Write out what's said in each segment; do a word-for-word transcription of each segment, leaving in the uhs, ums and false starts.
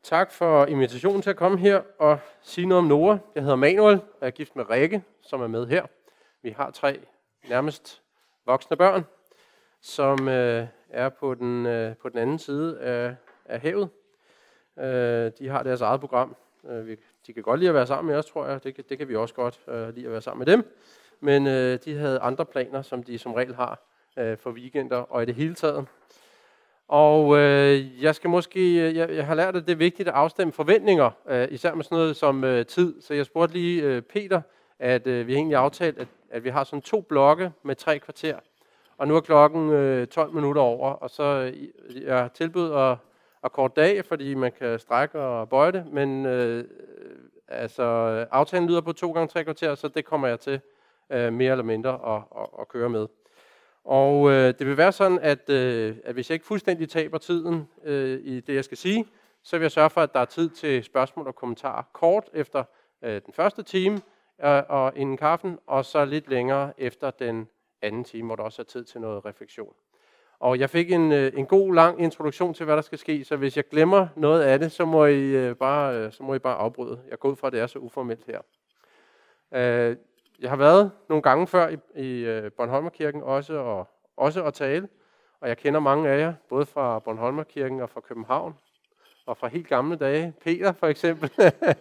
Tak for invitationen til at komme her og sige noget om Noah. Jeg hedder Manuel, og jeg er gift med Rikke, som er med her. Vi har tre nærmest voksne børn, som øh, er på den, øh, på den anden side af, af havet. Øh, de har deres eget program. Øh, vi, de kan godt lide at være sammen med os, tror jeg. Det kan, det kan vi også godt øh, lide at være sammen med dem. Men øh, de havde andre planer, som de som regel har øh, for weekender og i det hele taget. Og øh, jeg skal måske, jeg, jeg har lært, at det er vigtigt at afstemme forventninger, øh, især med sådan noget som øh, tid. Så jeg spurgte lige øh, Peter, at øh, vi egentlig aftalt, at, at vi har sådan to blokke med tre kvarter. Og nu er klokken øh, tolv minutter over, og så øh, jeg tilbød at, at korte dag, fordi man kan strække og bøje det. Men øh, altså, aftalen lyder på to gange tre kvarter, så det kommer jeg til øh, mere eller mindre at, at, at køre med. Og øh, det vil være sådan, at, øh, at hvis jeg ikke fuldstændig taber tiden øh, i det, jeg skal sige, så vil jeg sørge for, at der er tid til spørgsmål og kommentarer kort efter øh, den første time øh, og inden kaffen, og så lidt længere efter den anden time, hvor der også er tid til noget refleksion. Og jeg fik en, øh, en god, lang introduktion til, hvad der skal ske, så hvis jeg glemmer noget af det, så må I, øh, bare, øh, så må I bare afbryde. Jeg går ud fra, at det er så uformelt her. Øh, Jeg har været nogle gange før i, i Bornholmerkirken også, og, også at tale, og jeg kender mange af jer, både fra Bornholmerkirken og fra København, og fra helt gamle dage. Peter for eksempel.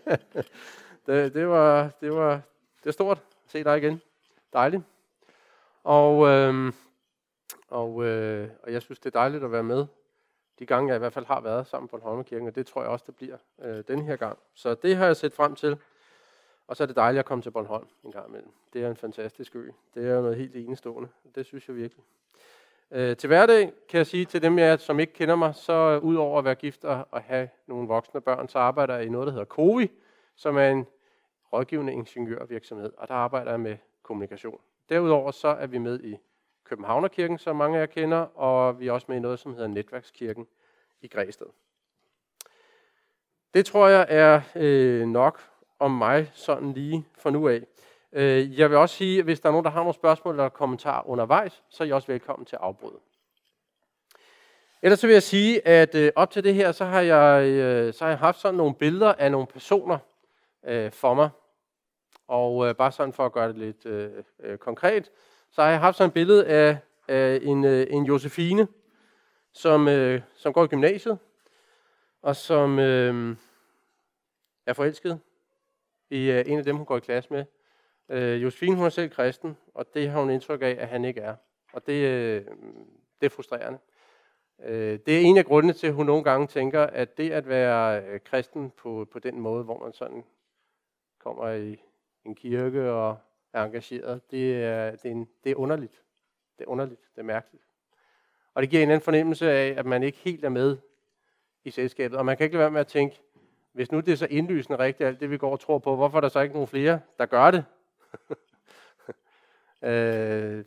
det, det, var, det, var, det er stort at se dig igen. Dejligt. Og, øh, og, øh, og jeg synes, det er dejligt at være med de gange, jeg i hvert fald har været sammen på Bornholmerkirken, og det tror jeg også, det bliver øh, den her gang. Så det har jeg set frem til. Og så er det dejligt at komme til Bornholm en gang imellem. Det er en fantastisk ø. Det er jo noget helt enestående. Det synes jeg virkelig. Øh, til hverdag kan jeg sige til dem, jeg, som ikke kender mig, så udover at være gift og have nogle voksne børn, så arbejder jeg i noget, der hedder COVI, som er en rådgivende ingeniørvirksomhed. Og der arbejder jeg med kommunikation. Derudover så er vi med i Københavnerkirken, som mange af jer kender, og vi er også med i noget, som hedder Netværkskirken i Græsted. Det tror jeg er øh, nok om mig sådan lige for nu af. Jeg vil også sige, at hvis der er nogen, der har nogle spørgsmål eller kommentarer undervejs, så er I også velkommen til at afbryde. Ellers så vil jeg sige, at op til det her, så har jeg, så har jeg haft sådan nogle billeder af nogle personer for mig. Og bare sådan for at gøre det lidt øh, konkret, så har jeg haft sådan et billede af, af en, en Josefine, som, øh, som går i gymnasiet, og som øh, er forelsket i uh, en af dem, hun går i klasse med. Uh, Josefine, hun er selv kristen, og det har hun indtryk af, at han ikke er. Og det, uh, det er frustrerende. Uh, det er en af grundene til, at hun nogle gange tænker, at det at være uh, kristen på, på den måde, hvor man sådan kommer i en kirke og er engageret, det er, det er, en, det er underligt. Det er underligt, det er mærkeligt. Og det giver en anden fornemmelse af, at man ikke helt er med i selskabet. Og man kan ikke lade være med at tænke, hvis nu det er så indlysende rigtigt, alt det vi går og tror på, hvorfor er der så ikke nogen flere, der gør det? øh,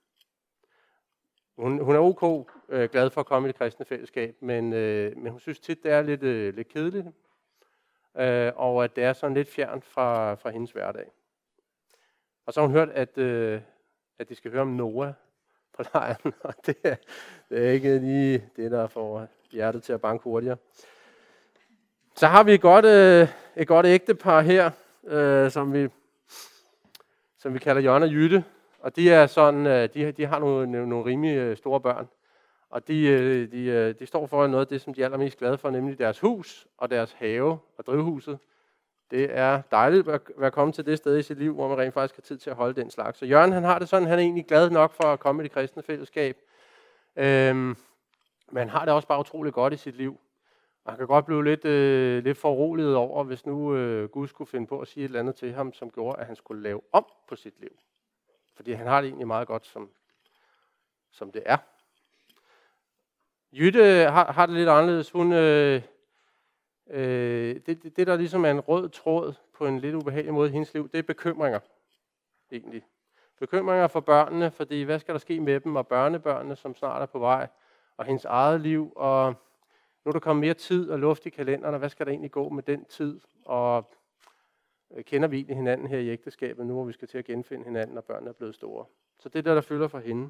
hun, hun er ok øh, glad for at komme i det kristne fællesskab, men, øh, men hun synes tit, det er lidt, øh, lidt kedeligt, øh, og at det er sådan lidt fjern fra, fra hendes hverdag. Og så har hun hørt, at, øh, at de skal høre om Noah på lejren, og det er, det er ikke lige det, der får hjertet til at banke hurtigere. Så har vi et godt, øh, et godt ægtepar her, øh, som, vi, som vi kalder Jørgen og Jytte. Og de er sådan, øh, de, de har nogle, nogle rimelig øh, store børn. Og de, øh, de, øh, de står for noget af det, som de er allermest glade for, nemlig deres hus og deres have og drivhuset. Det er dejligt at være kommet til det sted i sit liv, hvor man rent faktisk har tid til at holde den slags. Så Jørgen, han har det sådan, han er egentlig glad nok for at komme i det kristne fællesskab. Øhm, men han har det også bare utroligt godt i sit liv. Man kan godt blive lidt, øh, lidt foruroliget over, hvis nu øh, Gud skulle finde på at sige et eller andet til ham, som gjorde, at han skulle lave om på sit liv. Fordi han har det egentlig meget godt, som, som det er. Jytte har, har det lidt anderledes. Hun, øh, øh, det, det, det, der ligesom er en rød tråd på en lidt ubehagelig måde i hendes liv, det er bekymringer. Egentlig. Bekymringer for børnene, fordi hvad skal der ske med dem, og børnebørnene, som snart er på vej, og hendes eget liv, og nu er der kommet mere tid og luft i kalenderen, og hvad skal der egentlig gå med den tid? Og kender vi egentlig hinanden her i ægteskabet, nu hvor vi skal til at genfinde hinanden, når børnene er blevet store? Så det er der, der fylder for hende.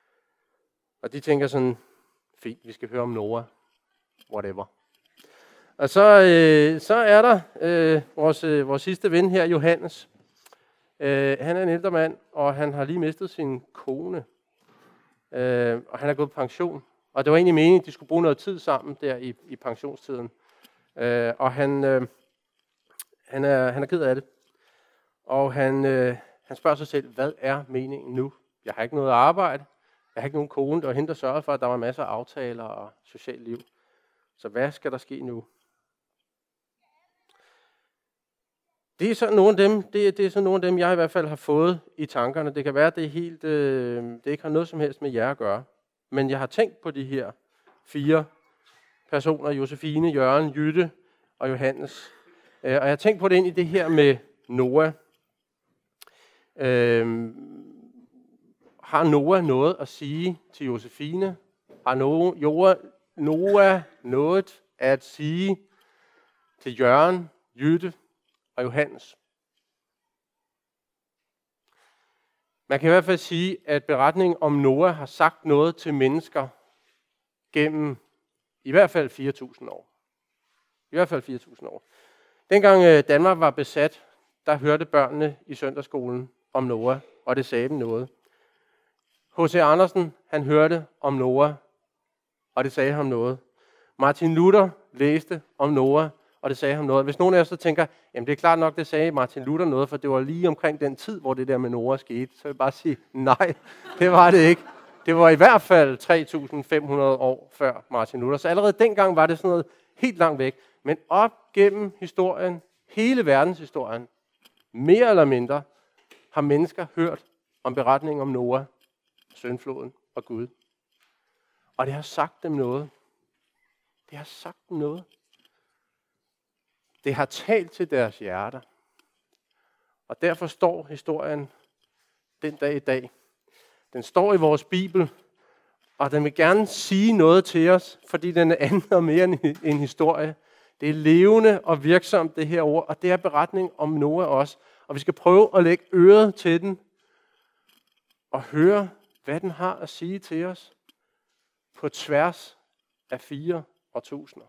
Og de tænker sådan, fint, vi skal høre om Noah. Whatever. Og så, øh, så er der øh, vores, øh, vores sidste ven her, Johannes. Øh, han er en ældre mand, og han har lige mistet sin kone. Øh, og han er gået på pension. Og det var egentlig meningen, at de skulle bruge noget tid sammen der i, i pensionstiden. Øh, og han, øh, han, er, han er ked af det. Og han, øh, han spørger sig selv, hvad er meningen nu? Jeg har ikke noget arbejde. Jeg har ikke nogen kone. Det var hende, der sørgede for, at der var masser af aftaler og socialt liv. Så hvad skal der ske nu? Det er sådan nogle af dem, det, det er sådan nogle af dem, jeg i hvert fald har fået i tankerne. Det kan være, at det er helt, øh, det ikke har noget som helst med jer at gøre. Men jeg har tænkt på de her fire personer, Josefine, Jørgen, Jytte og Johannes. Øh, og jeg har tænkt på det ind i det her med Noah. Øh, har Noah noget at sige til Josefine? Har Noah, Noah noget at sige til Jørgen, Jytte og Johannes? Man kan i hvert fald sige, at beretningen om Noah har sagt noget til mennesker gennem i hvert fald fire tusind år. I hvert fald fire tusind år. Dengang Danmark var besat, der hørte børnene i søndagsskolen om Noah, og det sagde dem noget. H C Andersen, han hørte om Noah, og det sagde ham noget. Martin Luther læste om Noah, og det sagde ham noget. Hvis nogen af jer så tænker, jamen det er klart nok, det sagde Martin Luther noget, for det var lige omkring den tid, hvor det der med Noah skete, så vil jeg bare sige, nej, det var det ikke. Det var i hvert fald tre tusind fem hundrede år før Martin Luther, så allerede dengang var det sådan noget helt langt væk. Men op gennem historien, hele verdenshistorien, mere eller mindre, har mennesker hørt om beretningen om Noah, syndfloden og Gud. Og det har sagt dem noget. Det har sagt dem noget. Det har talt til deres hjerter. Og derfor står historien den dag i dag. Den står i vores Bibel, og den vil gerne sige noget til os, fordi den er andet og mere end en historie. Det er levende og virksomt, det her ord, og det er beretning om Noah også. Og vi skal prøve at lægge øret til den, og høre, hvad den har at sige til os, på tværs af fire årtusinder.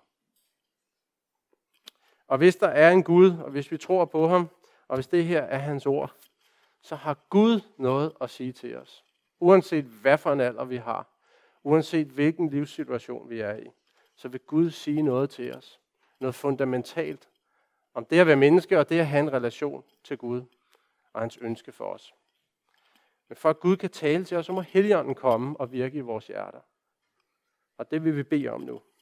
Og hvis der er en Gud, og hvis vi tror på ham, og hvis det her er hans ord, så har Gud noget at sige til os. Uanset hvad for en alder vi har, uanset hvilken livssituation vi er i, så vil Gud sige noget til os. Noget fundamentalt om det at være menneske, og det at have en relation til Gud og hans ønske for os. Men for at Gud kan tale til os, så må Helligånden komme og virke i vores hjerter. Og det vil vi bede om nu.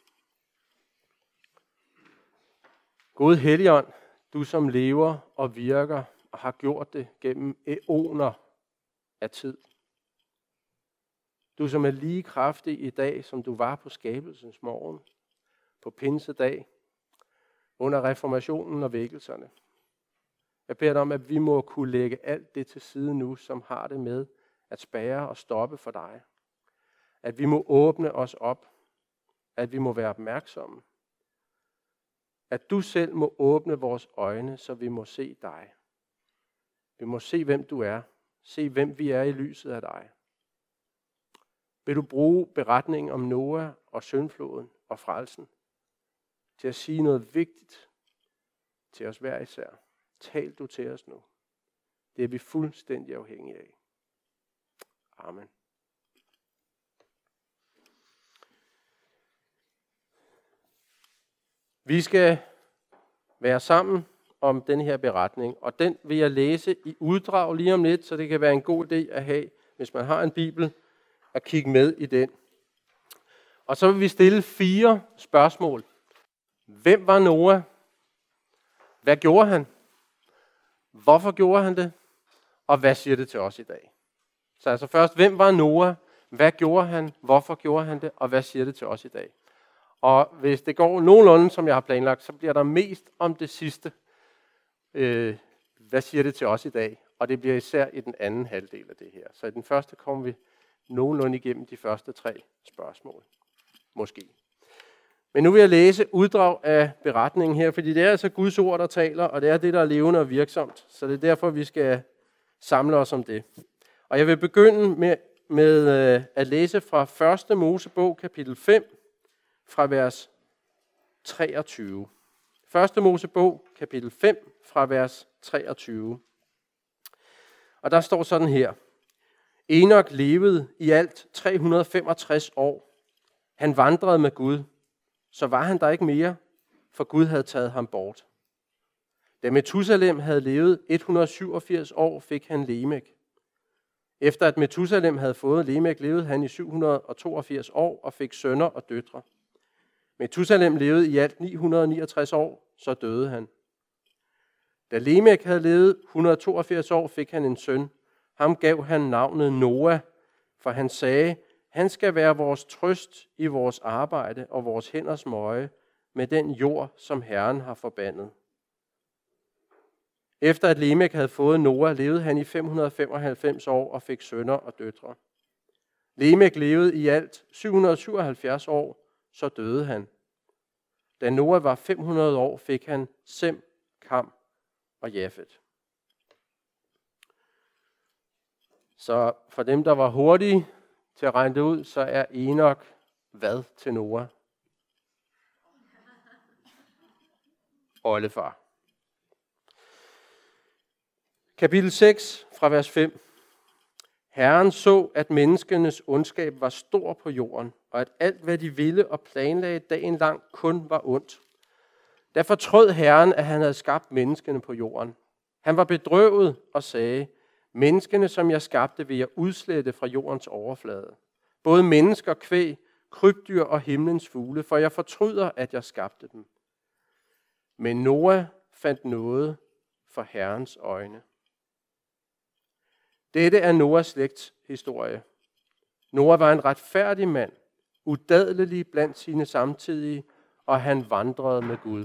Gud Helligånd, du som lever og virker og har gjort det gennem æoner af tid. Du som er lige kraftig i dag, som du var på skabelsens morgen, på pinsedag, under reformationen og vækkelserne. Jeg beder dig om, at vi må kunne lægge alt det til side nu, som har det med at spærre og stoppe for dig. At vi må åbne os op. At vi må være opmærksomme. At du selv må åbne vores øjne, så vi må se dig. Vi må se, hvem du er. Se, hvem vi er i lyset af dig. Vil du bruge beretningen om Noah og syndfloden og frelsen til at sige noget vigtigt til os hver især? Tal du til os nu. Det er vi fuldstændig afhængige af. Amen. Vi skal være sammen om den her beretning, og den vil jeg læse i uddrag lige om lidt, så det kan være en god idé at have, hvis man har en bibel, at kigge med i den. Og så vil vi stille fire spørgsmål. Hvem var Noah? Hvad gjorde han? Hvorfor gjorde han det? Og hvad siger det til os i dag? Så altså først, hvem var Noah? Hvad gjorde han? Hvorfor gjorde han det? Og hvad siger det til os i dag? Og hvis det går nogenlunde, som jeg har planlagt, så bliver der mest om det sidste. Øh, hvad siger det til os i dag? Og det bliver især i den anden halvdel af det her. Så i den første kommer vi nogenlunde igennem de første tre spørgsmål. Måske. Men nu vil jeg læse uddrag af beretningen her, fordi det er altså Guds ord, der taler, og det er det, der er levende og virksomt. Så det er derfor, vi skal samle os om det. Og jeg vil begynde med, med at læse fra første Mosebog, kapitel fem, fra vers treogtyve. Første Mosebog, kapitel fem, fra vers treogtyve. Og der står sådan her. Enok levede i alt tre hundrede og femogtres år. Han vandrede med Gud. Så var han der ikke mere, for Gud havde taget ham bort. Da Metusalem havde levet et hundrede og syvogfirs år, fik han Lemek. Efter at Metusalem havde fået Lemek, levede han i syv hundrede og toogfirs år og fik sønner og døtre. Metusalem levede i alt ni hundrede og niogtres år, så døde han. Da Lemek havde levet et hundrede og toogfirs år, fik han en søn. Ham gav han navnet Noah, for han sagde, han skal være vores trøst i vores arbejde og vores hænders møje med den jord, som Herren har forbandet. Efter at Lemek havde fået Noah, levede han i fem hundrede og femoghalvfems år og fik sønner og døtre. Lemek levede i alt syv hundrede og syvoghalvfjerds år, så døde han. Da Noah var fem hundrede år, fik han Sem, Kam og Jafet. Så for dem, der var hurtige til at regne det ud, så er Enok hvad til Noah? Oldefar. Kapitel seks fra vers fem. Herren så, at menneskenes ondskab var stor på jorden, og at alt, hvad de ville og planlagde dagen lang, kun var ondt. Da fortrød Herren, at han havde skabt menneskene på jorden. Han var bedrøvet og sagde, menneskene, som jeg skabte, vil jeg udslette fra jordens overflade. Både mennesker, kvæg, krybdyr og himlens fugle, for jeg fortryder, at jeg skabte dem. Men Noah fandt noget for Herrens øjne. Dette er Noahs slægts historie. Noah var en retfærdig mand, udadelig blandt sine samtidige, og han vandrede med Gud.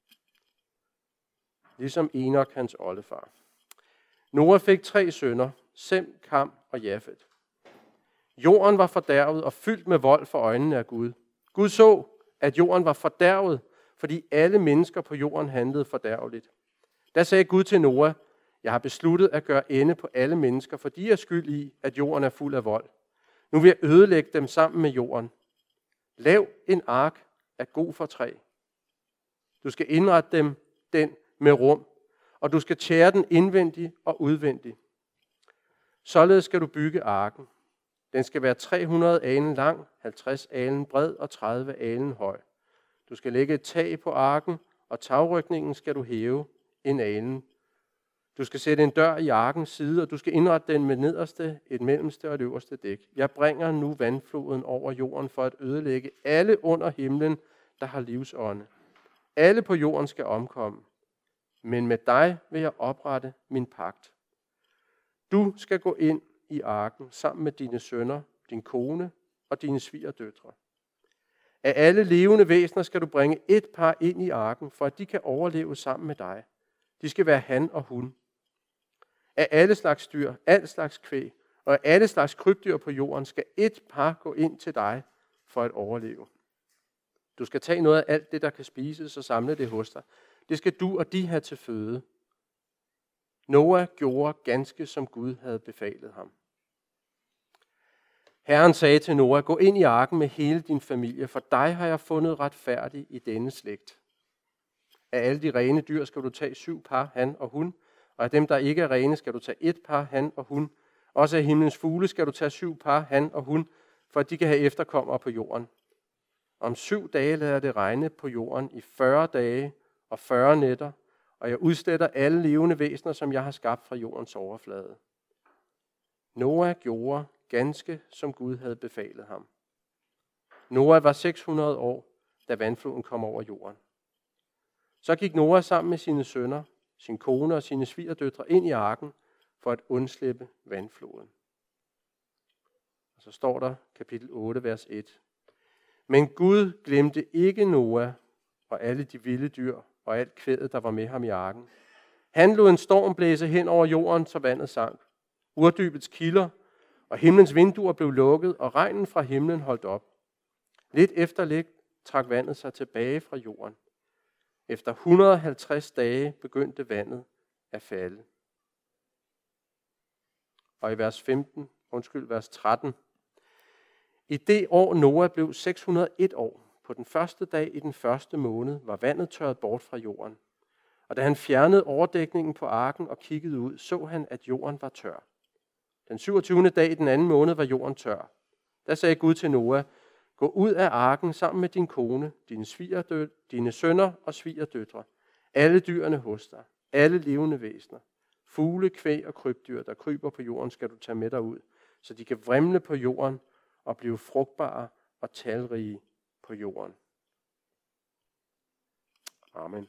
Ligesom Enok, hans oldefar. Noah fik tre sønner, Sem, Kam og Jafet. Jorden var fordærvet og fyldt med vold for øjnene af Gud. Gud så, at jorden var fordærvet, fordi alle mennesker på jorden handlede fordærveligt. Da sagde Gud til Noah, jeg har besluttet at gøre ende på alle mennesker, for de er skyld i, at jorden er fuld af vold. Nu vil jeg ødelægge dem sammen med jorden. Lav en ark af god for træ. Du skal indrette dem den med rum, og du skal tjære den indvendig og udvendig. Således skal du bygge arken. Den skal være tre hundrede alen lang, halvtreds alen bred og tredive alen høj. Du skal lægge et tag på arken, og tagrygningen skal du hæve en alen. Du skal sætte en dør i arkens side, og du skal indrette den med nederste, et mellemste og et øverste dæk. Jeg bringer nu vandfloden over jorden for at ødelægge alle under himlen, der har livsånde. Alle på jorden skal omkomme. Men med dig vil jeg oprette min pagt. Du skal gå ind i arken sammen med dine sønner, din kone og dine svigerdøtre. Af alle levende væsener skal du bringe et par ind i arken, for at de kan overleve sammen med dig. De skal være han og hun. Af alle slags dyr, al slags kvæg og af alle slags krybdyr på jorden skal et par gå ind til dig for at overleve. Du skal tage noget af alt det, der kan spises, og samle det hos dig. Det skal du og de have til føde. Noah gjorde ganske, som Gud havde befalet ham. Herren sagde til Noah, gå ind i arken med hele din familie, for dig har jeg fundet retfærdig i denne slægt. Af alle de rene dyr skal du tage syv par, han og hun, og af dem, der ikke er rene, skal du tage et par, han og hun. Også af himlens fugle skal du tage syv par, han og hun, for at de kan have efterkommere på jorden. Om syv dage lader det regne på jorden i fyrre dage og fyrre nætter, og jeg udsletter alle levende væsener, som jeg har skabt fra jordens overflade. Noah gjorde ganske, som Gud havde befalet ham. Noah var seks hundrede år, da vandfloden kom over jorden. Så gik Noah sammen med sine sønner, sin kone og sine svigerdøtre ind i arken for at undslippe vandfloden. Og så står der kapitel otte, vers et. Men Gud glemte ikke Noah og alle de vilde dyr og alt kvædet, der var med ham i arken. Han lod en storm blæse hen over jorden, så vandet sank. Urdybets kilder og himlens vinduer blev lukket, og regnen fra himlen holdt op. Lidt efter lidt trak vandet sig tilbage fra jorden. Efter et hundrede og halvtreds dage begyndte vandet at falde. Og i vers femten, undskyld, vers tretten. I det år Noah blev seks hundrede og en år. På på den første dag i den første måned var vandet tørret bort fra jorden. Og da han fjernede overdækningen på arken og kiggede ud, så han, at jorden var tør. Den syvogtyvende dag i den anden måned var jorden tør. Da sagde Gud til Noah, gå ud af arken sammen med din kone, dine, svigerdø- dine sønner og svigerdøtre, alle dyrene hos dig, alle levende væsener, fugle, kvæg og krybdyr, der kryber på jorden, skal du tage med dig ud, så de kan vrimle på jorden og blive frugtbare og talrige på jorden. Amen.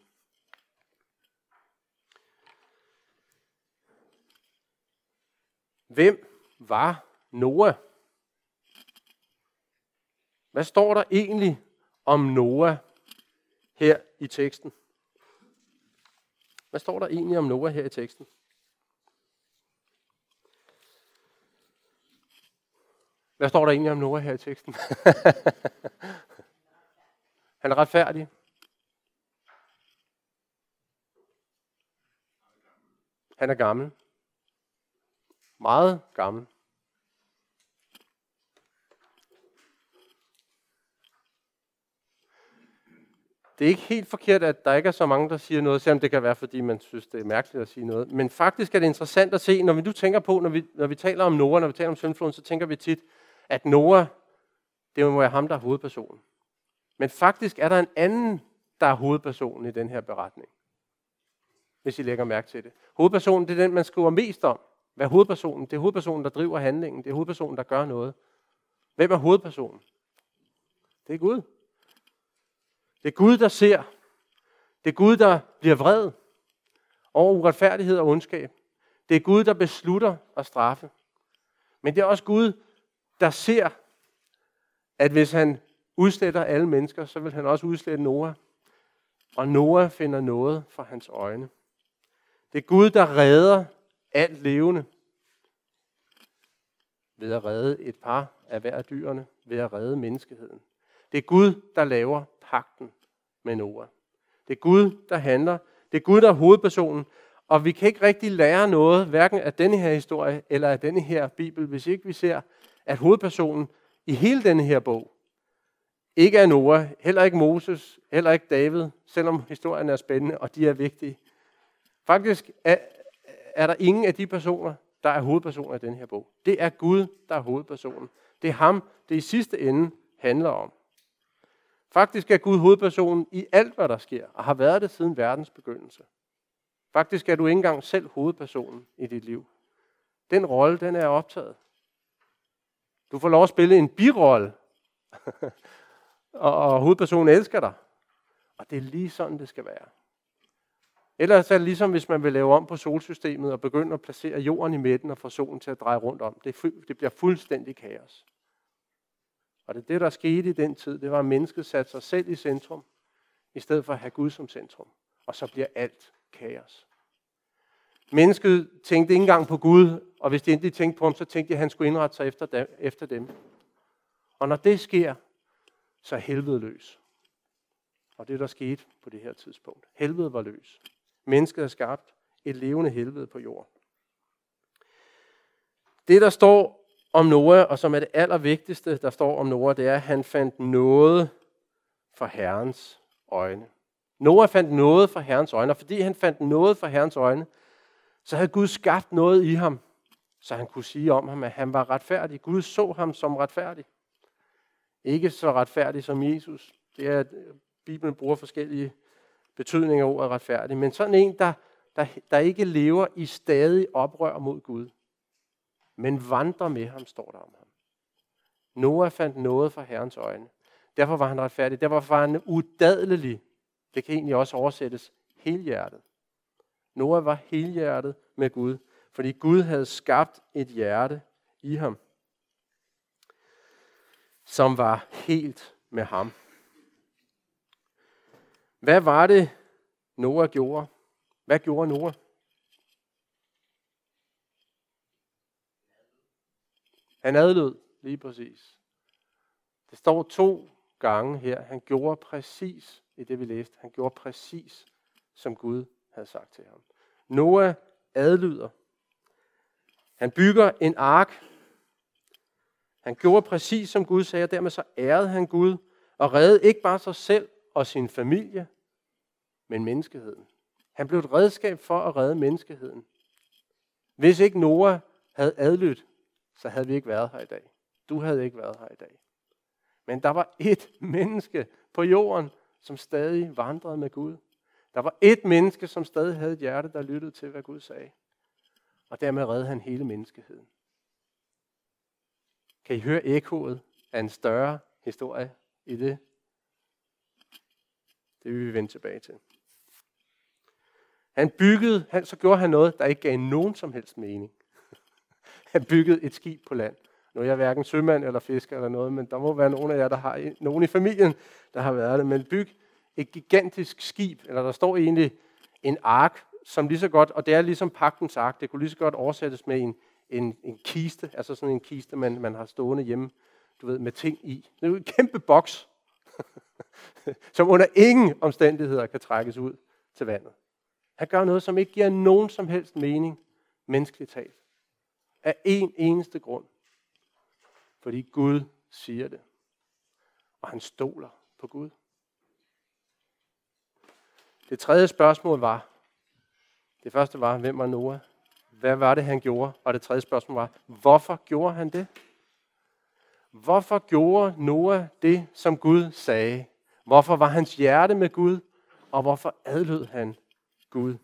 Hvem var Noah? Hvad står der egentlig om Noah her i teksten? Hvad står der egentlig om Noah her i teksten? Hvad står der egentlig om Noah her i teksten? Han er retfærdig. Han er gammel. Meget gammel. Det er ikke helt forkert, at der ikke er så mange, der siger noget, selvom det kan være, fordi man synes, det er mærkeligt at sige noget. Men faktisk er det interessant at se, når vi nu tænker på, når vi, når vi taler om Noah, når vi taler om syndfloden, så tænker vi tit, at Noah, det må være ham, der er hovedpersonen. Men faktisk er der en anden, der er hovedpersonen i den her beretning. Hvis I lægger mærke til det. Hovedpersonen, det er den, man skriver mest om. Hvad er hovedpersonen? Det er hovedpersonen, der driver handlingen. Det er hovedpersonen, der gør noget. Hvem er hovedpersonen? Det er Gud. Det er Gud, der ser. Det er Gud, der bliver vred over uretfærdighed og ondskab. Det er Gud, der beslutter at straffe. Men det er også Gud, der ser, at hvis han udsletter alle mennesker, så vil han også udslette Noah. Og Noah finder noget for hans øjne. Det er Gud, der redder alt levende ved at redde et par af hver af dyrene, ved at redde menneskeheden. Det er Gud, der laver pagten med Noah. Det er Gud, der handler. Det er Gud, der er hovedpersonen. Og vi kan ikke rigtig lære noget, hverken af denne her historie eller af denne her bibel, hvis ikke vi ser, at hovedpersonen i hele denne her bog ikke er Noah, heller ikke Moses, heller ikke David, selvom historien er spændende, og de er vigtige. Faktisk er, er der ingen af de personer, der er hovedpersoner i den her bog. Det er Gud, der er hovedpersonen. Det er ham, det i sidste ende handler om. Faktisk er Gud hovedpersonen i alt, hvad der sker, og har været det siden verdens begyndelse. Faktisk er du ikke engang selv hovedpersonen i dit liv. Den rolle, den er optaget. Du får lov at spille en birolle, og, og hovedpersonen elsker dig. Og det er lige sådan, det skal være. Ellers er det ligesom, hvis man vil lave om på solsystemet og begynde at placere jorden i midten og få solen til at dreje rundt om. Det, det bliver fuldstændig kaos. Og det er det, der skete i den tid. Det var, at mennesket satte sig selv i centrum, i stedet for at have Gud som centrum. Og så bliver alt kaos. Mennesket tænkte ikke engang på Gud, og hvis de endelig tænkte på ham, så tænkte de, at han skulle indrette sig efter dem. Efter dem. Og når det sker, så er helvede løs. Og det, der skete på det her tidspunkt. Helvede var løs. Mennesket har skabt et levende helvede på jorden. Det, der står om Noah, og som er det allervigtigste, der står om Noah, det er, at han fandt noget for Herrens øjne. Noah fandt noget for Herrens øjne, og fordi han fandt noget for Herrens øjne, så havde Gud skabt noget i ham, så han kunne sige om ham, at han var retfærdig. Gud så ham som retfærdig. Ikke så retfærdig som Jesus. Det er, at Bibelen bruger forskellige betydninger af ordet retfærdig, men sådan en, der, der, der ikke lever i stadig oprør mod Gud, men vandrer med ham, står der om ham. Noah fandt noget for Herrens øjne. Derfor var han retfærdig. Derfor var han udadelig. Det kan egentlig også oversættes helhjertet. Noah var helhjertet med Gud, fordi Gud havde skabt et hjerte i ham, som var helt med ham. Hvad var det, Noah gjorde? Hvad gjorde Noah? Han adlød, lige præcis. Det står to gange her. Han gjorde præcis i det, vi læste. Han gjorde præcis, som Gud havde sagt til ham. Noah adlyder. Han bygger en ark. Han gjorde præcis, som Gud sagde, og dermed så ærede han Gud, og redde ikke bare sig selv og sin familie, men menneskeheden. Han blev et redskab for at redde menneskeheden. Hvis ikke Noah havde adlydt, så havde vi ikke været her i dag. Du havde ikke været her i dag. Men der var ét menneske på jorden, som stadig vandrede med Gud. Der var ét menneske, som stadig havde et hjerte, der lyttede til, hvad Gud sagde. Og dermed reddede han hele menneskeheden. Kan I høre ekkoet af en større historie i det? Det vil vi vende tilbage til. Han byggede, han, så gjorde han noget, der ikke gav nogen som helst mening. Han byggede et skib på land. Nu er jeg hverken sømand eller fisker eller noget, men der må være nogen af jer, der har nogen i familien, der har været det. Men byg et gigantisk skib, eller der står egentlig en ark, som lige så godt, og det er ligesom pagtens ark, det kunne lige så godt oversættes med en, en, en kiste, altså sådan en kiste, man, man har stående hjemme, du ved, med ting i. Det er jo en kæmpe boks, som under ingen omstændigheder kan trækkes ud til vandet. Han gør noget, som ikke giver nogen som helst mening, menneskeligt talt. Af en eneste grund. Fordi Gud siger det. Og han stoler på Gud. Det tredje spørgsmål var, det første var, hvem var Noah? Hvad var det, han gjorde? Og det tredje spørgsmål var, hvorfor gjorde han det? Hvorfor gjorde Noah det, som Gud sagde? Hvorfor var hans hjerte med Gud? Og hvorfor adlød han Gud?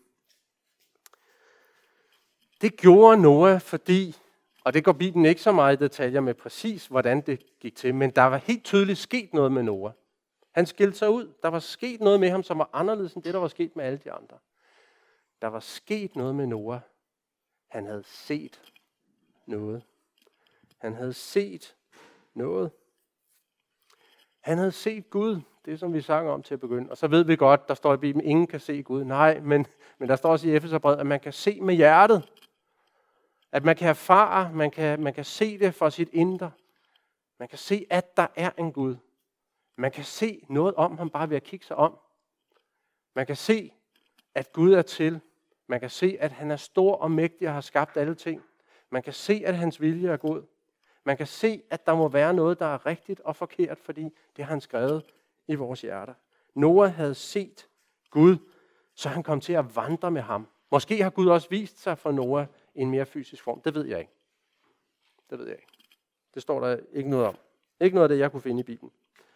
Det gjorde Noah, fordi, og det går Bibelen ikke så meget i detaljer med præcis, hvordan det gik til, men der var helt tydeligt sket noget med Noah. Han skilte sig ud. Der var sket noget med ham, som var anderledes end det, der var sket med alle de andre. Der var sket noget med Noah. Han havde set noget. Han havde set noget. Han havde set Gud, det som vi sang om til at begynde. Og så ved vi godt, der står i Bibelen, ingen kan se Gud. Nej, men, men der står også i Efeserbrevet, at man kan se med hjertet. At man kan erfare, man kan, man kan se det for sit indre. Man kan se, at der er en Gud. Man kan se noget om ham bare ved at kigge sig om. Man kan se, at Gud er til. Man kan se, at han er stor og mægtig og har skabt alle ting. Man kan se, at hans vilje er god. Man kan se, at der må være noget, der er rigtigt og forkert, fordi det har han skrevet i vores hjerter. Noah havde set Gud, så han kom til at vandre med ham. Måske har Gud også vist sig for Noah i en mere fysisk form. Det ved jeg ikke. Det ved jeg ikke. Det står der ikke noget om. Ikke noget af det, jeg kunne finde i Bibelen.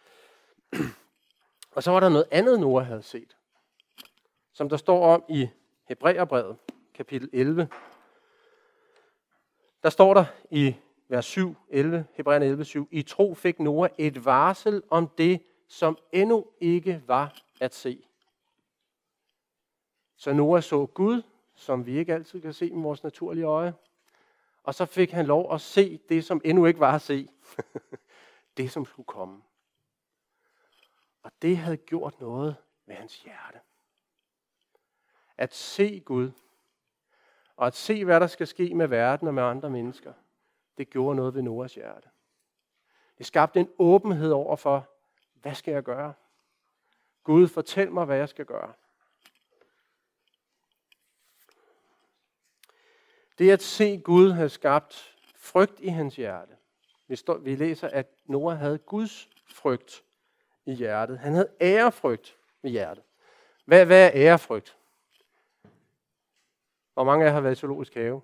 Og så var der noget andet, Noah havde set, som der står om i Hebræerbrevet, kapitel elleve. Der står der i vers syv, elleve, Hebræerne elleve, syv, i tro fik Noah et varsel om det, som endnu ikke var at se. Så Noah så Gud, som vi ikke altid kan se med vores naturlige øje. Og så fik han lov at se det, som endnu ikke var at se. Det, som skulle komme. Og det havde gjort noget med hans hjerte. At se Gud, og at se, hvad der skal ske med verden og med andre mennesker, det gjorde noget ved Noahs hjerte. Det skabte en åbenhed over for, hvad skal jeg gøre? Gud, fortæl mig, hvad jeg skal gøre. Det at se Gud havde skabt frygt i hans hjerte. Vi, står, vi læser, at Noah havde Guds frygt i hjertet. Han havde ærefrygt i hjertet. Hvad, hvad er ærefrygt? Hvor mange af jer har været i zoologisk have?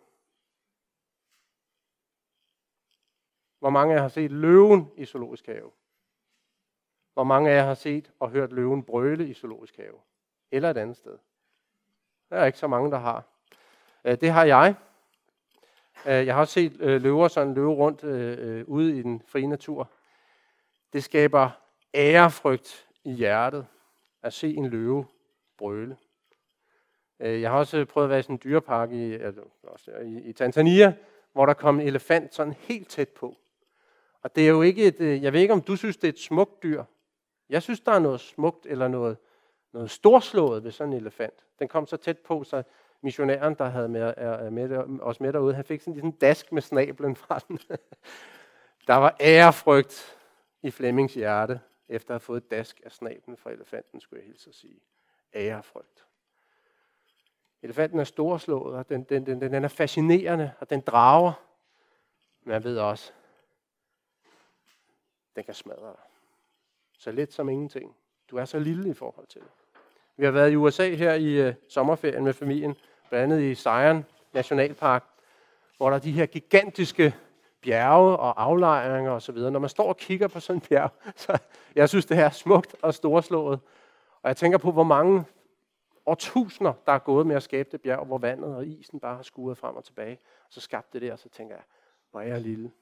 Hvor mange af jer har set løven i zoologisk have? Hvor mange af jer har set og hørt løven brøle i zoologisk have? Eller et andet sted? Der er ikke så mange, der har. Det har jeg. Jeg har også set løver sådan løbe rundt ude i den frie natur. Det skaber ærefrygt i hjertet at se en løve brøle. Jeg har også prøvet at være i sådan en dyrepark i, altså, i, i Tanzania, hvor der kom en elefant sådan helt tæt på. Og det er jo ikke et, jeg ved ikke om du synes det er et smukt dyr. Jeg synes der er noget smukt eller noget, noget storslået ved sådan en elefant. Den kom så tæt på, så missionæren, der havde med, er med, os med derude, han fik sådan en lille dask med snablen fra den. Der var ærefrygt i Flemmings hjerte, efter at have fået et dask af snablen fra elefanten, skulle jeg hilse at sige. Ærefrygt. Elefanten er storslået, og den, den, den, den er fascinerende, og den drager. Men jeg ved også, den kan smadre dig. Så let som ingenting. Du er så lille i forhold til det. Vi har været i U S A her i uh, sommerferien med familien, blandt andet i Zion Nationalpark, hvor der er de her gigantiske bjerge og aflejringer osv. Når man står og kigger på sådan en bjerg, så jeg synes, det her er smukt og storslået. Og jeg tænker på, hvor mange årtusinder, der er gået med at skabe det bjerg, hvor vandet og isen bare har skuret frem og tilbage. Og så skabte det der, og så tænker jeg, hvor er jeg lille.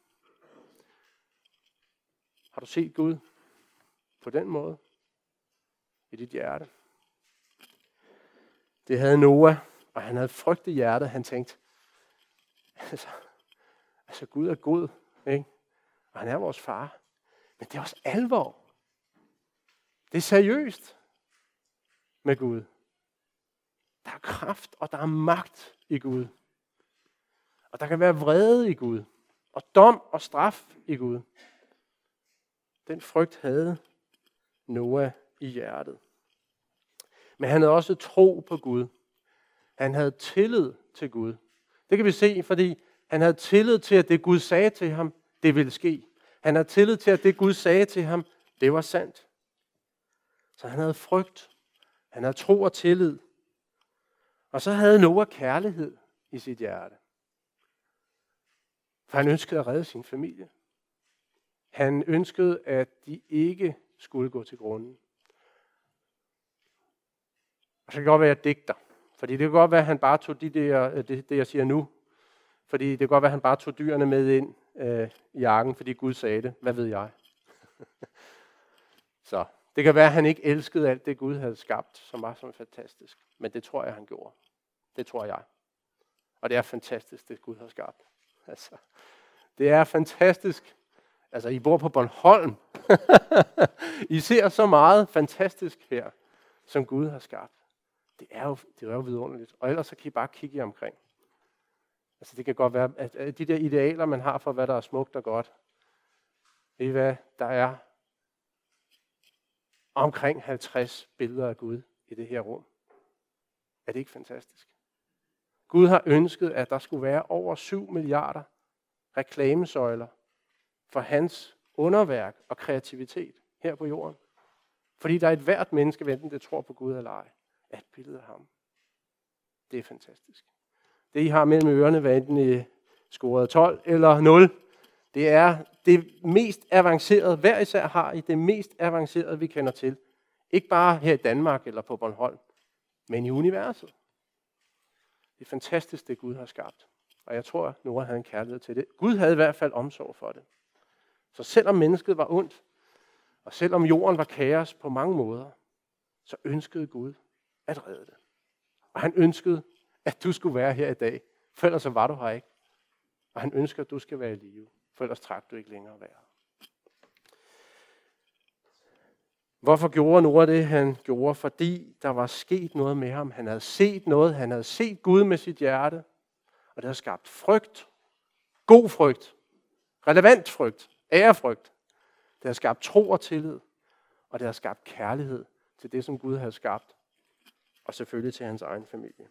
Har du set Gud på den måde i dit hjerte? Det havde Noah, og han havde frygt i hjertet. Han tænkte, altså, altså Gud er god, ikke? Og han er vores far. Men det er også alvor. Det er seriøst med Gud. Der er kraft, og der er magt i Gud. Og der kan være vrede i Gud. Og dom og straf i Gud. Den frygt havde Noah i hjertet. Men han havde også tro på Gud. Han havde tillid til Gud. Det kan vi se, fordi han havde tillid til, at det Gud sagde til ham, det ville ske. Han havde tillid til, at det Gud sagde til ham, det var sandt. Så han havde frygt. Han havde tro og tillid. Og så havde Noah kærlighed i sit hjerte. For han ønskede at redde sin familie. Han ønskede, at de ikke skulle gå til grunden. Og så kan det godt være, at jeg digter. Fordi det kan godt være, at han bare tog de der, det, det jeg siger nu. Fordi det kan godt være, at han bare tog dyrene med ind øh, i arken, fordi Gud sagde det. Hvad ved jeg? Så det kan være, at han ikke elskede alt det, Gud havde skabt, som var så fantastisk. Men det tror jeg, han gjorde. Det tror jeg. Og det er fantastisk, det Gud har skabt. Altså, det er fantastisk. Altså, I bor på Bornholm. I ser så meget fantastisk her, som Gud har skabt. Det er jo, det er jo vidunderligt. Og ellers så kan I bare kigge jer omkring. Altså, det kan godt være, at de der idealer, man har for, hvad der er smukt og godt, ved I hvad, der er omkring halvtreds billeder af Gud i det her rum. Er det ikke fantastisk? Gud har ønsket, at der skulle være over syv milliarder reklamesøjler for hans underværk og kreativitet her på jorden. Fordi der er et hvert menneske, enten det tror på Gud eller ej, er et billede af ham. Det er fantastisk. Det I har mellem ørerne, hvad enten I scorede tolv eller nul, det er det mest avancerede, hver især har I det mest avancerede, vi kender til. Ikke bare her i Danmark eller på Bornholm, men i universet. Det er fantastisk, det Gud har skabt. Og jeg tror, at Noah havde en kærlighed til det. Gud havde i hvert fald omsorg for det. Så selvom mennesket var ondt, og selvom jorden var kaos på mange måder, så ønskede Gud at redde det. Og han ønskede, at du skulle være her i dag, for ellers så var du her ikke. Og han ønsker, at du skal være i live, for ellers trak du ikke længere at være. Hvorfor gjorde Noah det, han gjorde? Fordi der var sket noget med ham. Han havde set noget. Han havde set Gud med sit hjerte. Og det havde skabt frygt. God frygt. Relevant frygt. Ærefrygt. Det havde skabt tro og tillid. Og det havde skabt kærlighed til det, som Gud havde skabt. Og selvfølgelig til hans egen familie.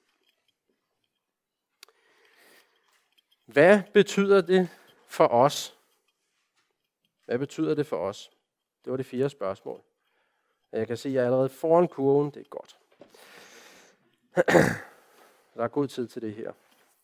Hvad betyder det for os? Hvad betyder det for os? Det var det fjerde spørgsmål. Jeg kan se, at jeg er allerede foran kurven. Det er godt. Der er god tid til det her.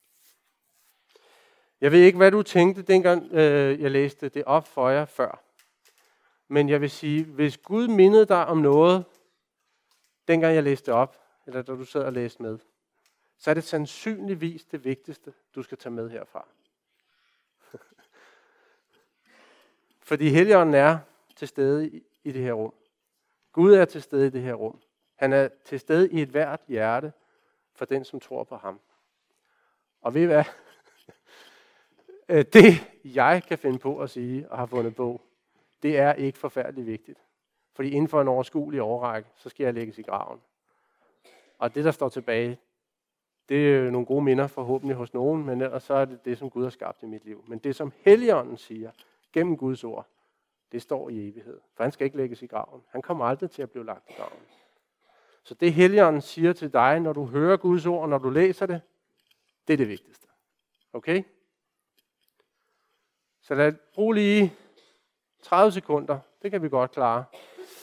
Jeg ved ikke, hvad du tænkte, dengang øh, jeg læste det op for jer før. Men jeg vil sige, hvis Gud mindede dig om noget, dengang jeg læste op, eller da du sad og læste med, så er det sandsynligvis det vigtigste, du skal tage med herfra. Fordi Helligånden er til stede i, i det her rum. Gud er til stede i det her rum. Han er til stede i et hvert hjerte for den, som tror på ham. Og ved I hvad? Det, jeg kan finde på at sige og har fundet på, det er ikke forfærdeligt vigtigt. Fordi inden for en overskuelig årrække, så skal jeg lægges i graven. Og det, der står tilbage, det er jo nogle gode minder forhåbentlig hos nogen, men ellers så er det det, som Gud har skabt i mit liv. Men det, som Helligånden siger gennem Guds ord, det står i evighed. For han skal ikke lægges i graven. Han kommer aldrig til at blive lagt i graven. Så det Helligånden siger til dig, når du hører Guds ord, og når du læser det, det er det vigtigste. Okay? Så lad brug lige tredive sekunder. Det kan vi godt klare.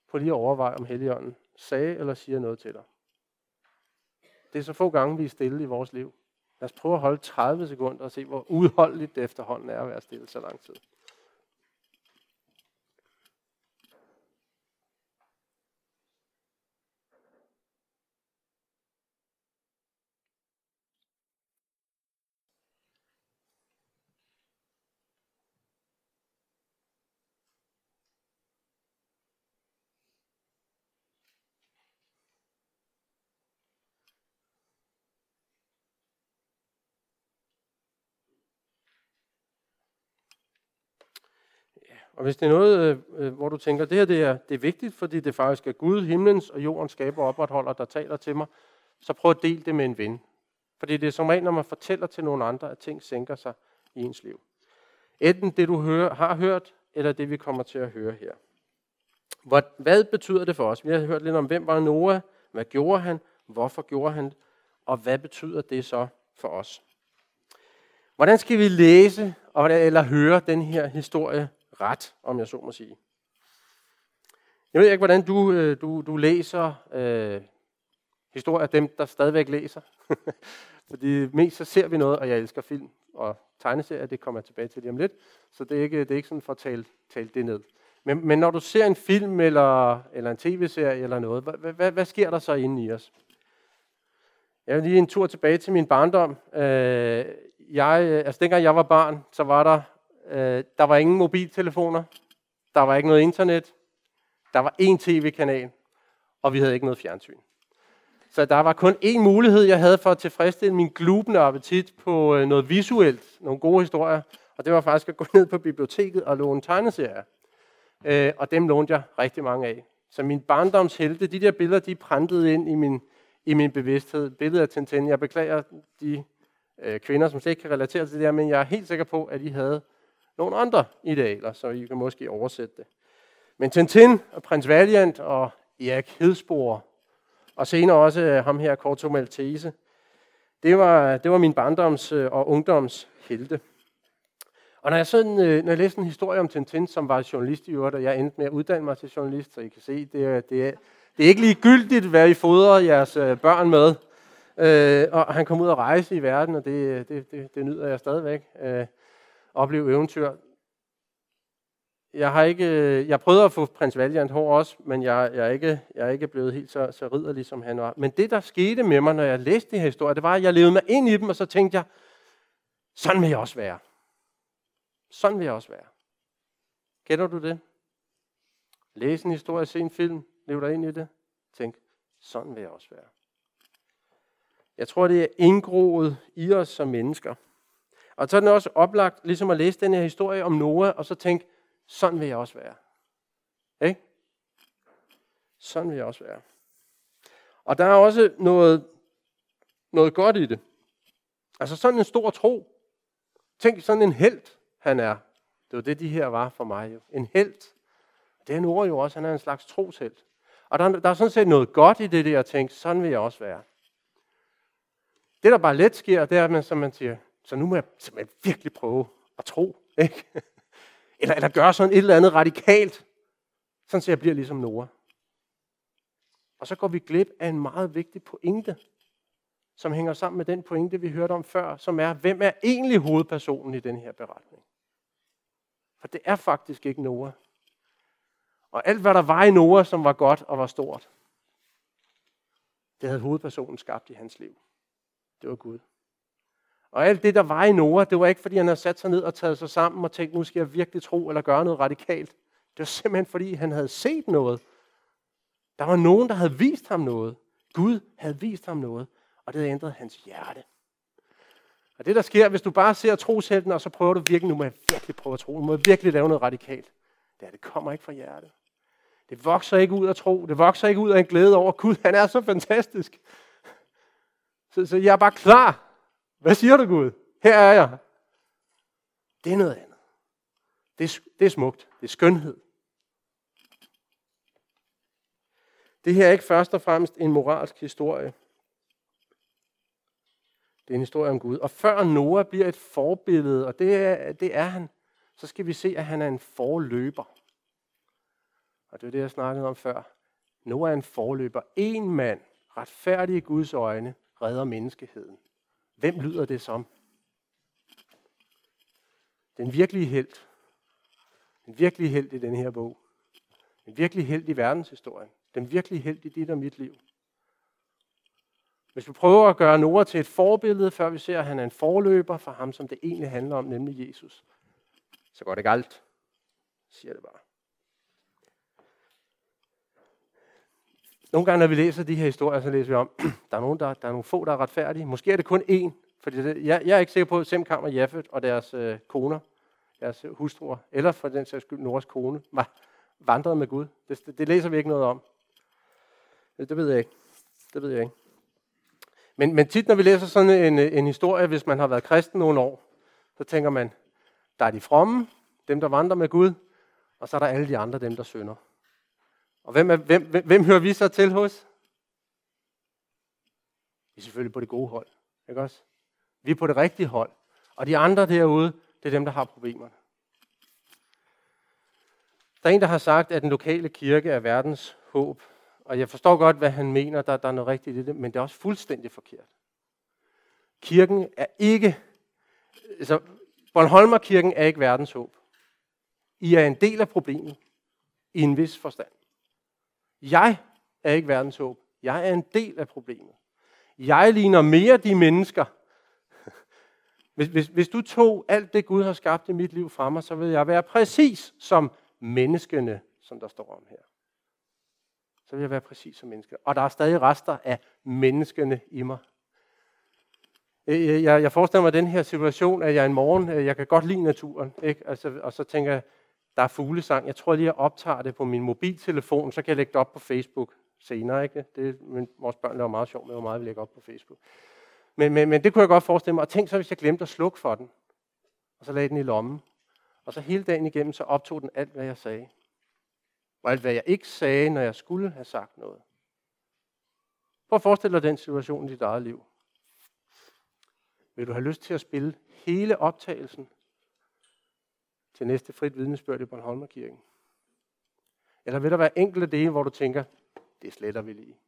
på lige at overveje, om Helligånden sagde eller siger noget til dig. Det er så få gange, vi er stille i vores liv. Lad os prøve at holde tredive sekunder og se, hvor udholdeligt det efterhånden er at være stille så lang tid. Og hvis det er noget, øh, hvor du tænker, det her det er, det er vigtigt, fordi det faktisk er Gud, himlens og jordens skaber og opretholder, der taler til mig, så prøv at dele det med en ven. Fordi det er som regel, når man fortæller til nogle andre, at ting sænker sig i ens liv. Enten det, du hører, har hørt, eller det, vi kommer til at høre her. Hvad, hvad betyder det for os? Vi har hørt lidt om, hvem var Noah, hvad gjorde han, hvorfor gjorde han det, og hvad betyder det så for os? Hvordan skal vi læse eller høre den her historie ret, om jeg så må sige? Jeg ved ikke, hvordan du, du, du læser øh, historier af dem, der stadigvæk læser. Fordi mest så ser vi noget, og jeg elsker film og tegneserier, det kommer jeg tilbage til lige om lidt. Så det er ikke, det er ikke sådan for at tale, tale det ned. Men, men når du ser en film eller, eller en tv-serie eller noget, hvad, hvad, hvad sker der så inde i os? Jeg vil lige en tur tilbage til min barndom. Øh, jeg, altså dengang jeg var barn, så var der, øh, der var ingen mobiltelefoner, der var ikke noget internet, der var én tv-kanal, og vi havde ikke noget fjernsyn. Så der var kun én mulighed, jeg havde for at tilfredsstille min glubende appetit på øh, noget visuelt, nogle gode historier, og det var faktisk at gå ned på biblioteket og låne tegneserier. Øh, og dem lånte jeg rigtig mange af. Så min barndomshelte, de der billeder, de printede ind i min, i min bevidsthed. Billedet af Tintin. Jeg beklager de øh, kvinder, som slet ikke kan relatere til det her, men jeg er helt sikker på, at I havde nogle andre idealer, så I kan måske oversætte det. Men Tintin og Prins Valiant og Erik Hedsboer, og senere også øh, ham her, Corto Maltese, det var, det var min barndoms- og ungdoms helte. Og når jeg, sådan, øh, når jeg læste en historie om Tintin, som var journalist i øvrigt, og jeg endte med at uddanne mig til journalist, så I kan se, det er, det er, det er ikke ligegyldigt, hvad I fodrer jeres øh, børn med. Øh, og han kom ud og rejse i verden, og det, det, det, det nyder jeg stadigvæk. Øh, opleve eventyr. Jeg har ikke, jeg prøvede at få Prins Valiant hår også, men jeg, jeg, er ikke, jeg er ikke blevet helt så, så ridderlig, som han var. Men det, der skete med mig, når jeg læste de her historier, det var, at jeg levede mig ind i dem, og så tænkte jeg, sådan vil jeg også være. Sådan vil jeg også være. Kender du det? Læs en historie, se en film, lev dig ind i det. Tænk, sådan vil jeg også være. Jeg tror, det er indgroet i os som mennesker. Og så er det også oplagt, ligesom at læse den her historie om Noah, og så tænke, sådan vil jeg også være. Ikke? Sådan vil jeg også være. Og der er også noget, noget godt i det. Altså sådan en stor tro. Tænk sådan en helt han er. Det var det, de her var for mig. Jo. En helt. Det er Noah jo også. Han er en slags troshelt. Og der, der er sådan set noget godt i det der at tænke, sådan vil jeg også være. Det, der bare let sker, det er, at man, som man siger, så nu må jeg simpelthen virkelig prøve at tro. Ikke? Eller, eller gøre sådan et eller andet radikalt. Sådan så jeg bliver ligesom Noah. Og så går vi glip af en meget vigtig pointe, som hænger sammen med den pointe, vi hørte om før, som er, hvem er egentlig hovedpersonen i den her beretning? For det er faktisk ikke Noah. Og alt, hvad der var i Noah, som var godt og var stort, det havde hovedpersonen skabt i hans liv. Det var Gud. Og alt det, der var i Noah, det var ikke, fordi han havde sat sig ned og taget sig sammen og tænkt, nu skal jeg virkelig tro eller gøre noget radikalt. Det var simpelthen, fordi han havde set noget. Der var nogen, der havde vist ham noget. Gud havde vist ham noget, og det havde ændret hans hjerte. Og det, der sker, hvis du bare ser troshelten, og så prøver du virkelig, nu må jeg virkelig prøve at tro, nu må jeg virkelig lave noget radikalt. Det, er, det kommer ikke fra hjertet. Det vokser ikke ud af tro. Det vokser ikke ud af en glæde over Gud. Han er så fantastisk. Så, så jeg er bare klar. Hvad siger du, Gud? Her er jeg. Det er noget andet. Det er, det er smukt. Det er skønhed. Det her er ikke først og fremmest en moralsk historie. Det er en historie om Gud. Og før Noah bliver et forbillede, og det er, det er han, så skal vi se, at han er en forløber. Og det er det, jeg snakkede om før. Noah er en forløber. En mand, retfærdig i Guds øjne, redder menneskeheden. Hvem lyder det som? Den virkelige helt. Den virkelige helt i den her bog. Den virkelige helt i verdenshistorien. Den virkelige helt i dit og mit liv. Hvis vi prøver at gøre Noah til et forbillede, før vi ser, at han er en forløber for ham, som det egentlig handler om, nemlig Jesus, så går det galt. Siger det bare. Nogle gange, når vi læser de her historier, så læser vi om, der er, nogen, der, der er nogle få, der er retfærdige. Måske er det kun én. Fordi det, jeg, jeg er ikke sikker på, at Sem, Kam og Jaffet og deres øh, koner, deres hustruer, eller for den sags skyld Noras kone, var vandrede med Gud. Det, det, det læser vi ikke noget om. Det, det ved jeg ikke. Det ved jeg ikke. Men, men tit, når vi læser sådan en, en historie, hvis man har været kristen nogle år, så tænker man, der er de fromme, dem der vandrer med Gud, og så er der alle de andre, dem der synder. Og hvem, er, hvem, hvem, hvem hører vi så til hos? Vi er selvfølgelig på det gode hold, ikke også? Vi er på det rigtige hold. Og de andre derude, det er dem, der har problemerne. Der er en, der har sagt, at den lokale kirke er verdens håb. Og jeg forstår godt, hvad han mener, der, der er noget rigtigt i det, men det er også fuldstændig forkert. Kirken er ikke, altså Bornholmerkirken er ikke verdens håb. I er en del af problemet, i en vis forstand. Jeg er ikke verdens håb. Jeg er en del af problemet. Jeg ligner mere de mennesker. Hvis, hvis, hvis du tog alt det, Gud har skabt i mit liv fra mig, så vil jeg være præcis som menneskene, som der står om her. Så vil jeg være præcis som mennesker. Og der er stadig rester af menneskene i mig. Jeg, jeg, jeg forestiller mig den her situation, at jeg en morgen, jeg kan godt lide naturen, ikke? Altså, og så tænker jeg, der er fuglesang. Jeg tror lige, jeg optager det på min mobiltelefon, så kan jeg lægge det op på Facebook senere. Ikke? Det, men vores børn laver meget sjov med, hvor meget vi lægger op på Facebook. Men, men, men det kunne jeg godt forestille mig. Og tænk så, hvis jeg glemte at slukke for den, og så lagde den i lommen. Og så hele dagen igennem, så optog den alt, hvad jeg sagde. Og alt, hvad jeg ikke sagde, når jeg skulle have sagt noget. Prøv at forestille dig den situation i dit eget liv. Vil du have lyst til at spille hele optagelsen til næste frit vidnesbyrd i Bornholmerkirken? Eller vil der være enkelte dele, hvor du tænker, det sletter vi lige?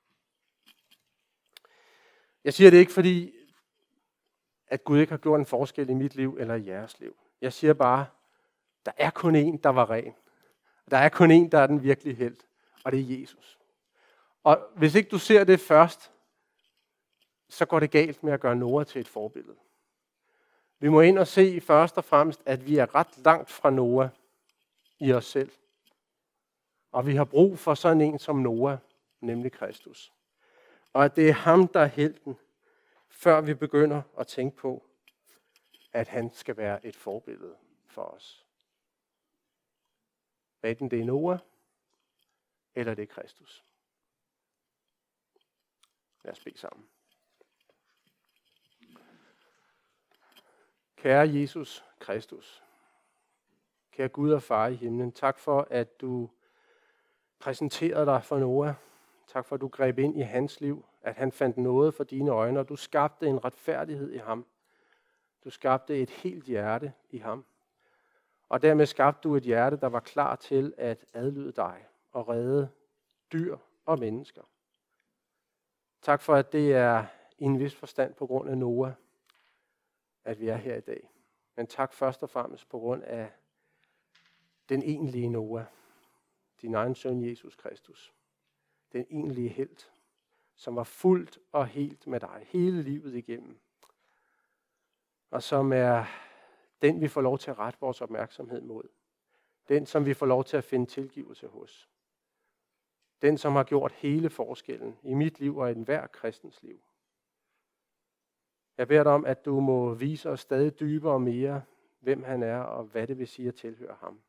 Jeg siger det ikke, fordi at Gud ikke har gjort en forskel i mit liv eller i jeres liv. Jeg siger bare, der er kun en, der var ren. Der er kun en, der er den virkelige helt, og det er Jesus. Og hvis ikke du ser det først, så går det galt med at gøre Noah til et forbillede. Vi må ind og se først og fremmest, at vi er ret langt fra Noah i os selv. Og vi har brug for sådan en som Noah, nemlig Kristus. Og at det er ham, der er helten, før vi begynder at tænke på, at han skal være et forbillede for os. Enten det er Noah, eller det er Kristus. Lad os bede sammen. Kære Jesus Kristus, kære Gud og Far i himlen, tak for, at du præsenterede dig for Noah. Tak for, at du greb ind i hans liv, at han fandt noget for dine øjne, og du skabte en retfærdighed i ham. Du skabte et helt hjerte i ham. Og dermed skabte du et hjerte, der var klar til at adlyde dig og redde dyr og mennesker. Tak for, at det er i en vis forstand på grund af Noah, at vi er her i dag. Men tak først og fremmest på grund af den egentlige Noah, din egen søn Jesus Kristus. Den egentlige helt, som var fuldt og helt med dig hele livet igennem. Og som er den, vi får lov til at rette vores opmærksomhed mod. Den, som vi får lov til at finde tilgivelse hos. Den, som har gjort hele forskellen i mit liv og i enhver kristens liv. Jeg beder dig om, at du må vise os stadig dybere og mere, hvem han er og hvad det vil sige at tilhøre ham.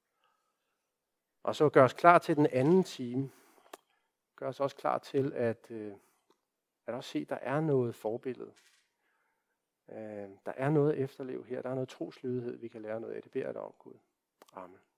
Og så gør os klar til den anden time. Gør os også klar til at, øh, at også se, at der er noget forbillede. Øh, der er noget at efterleve her. Der er noget troslydighed, vi kan lære noget af. Det beder jeg dig om, Gud. Amen.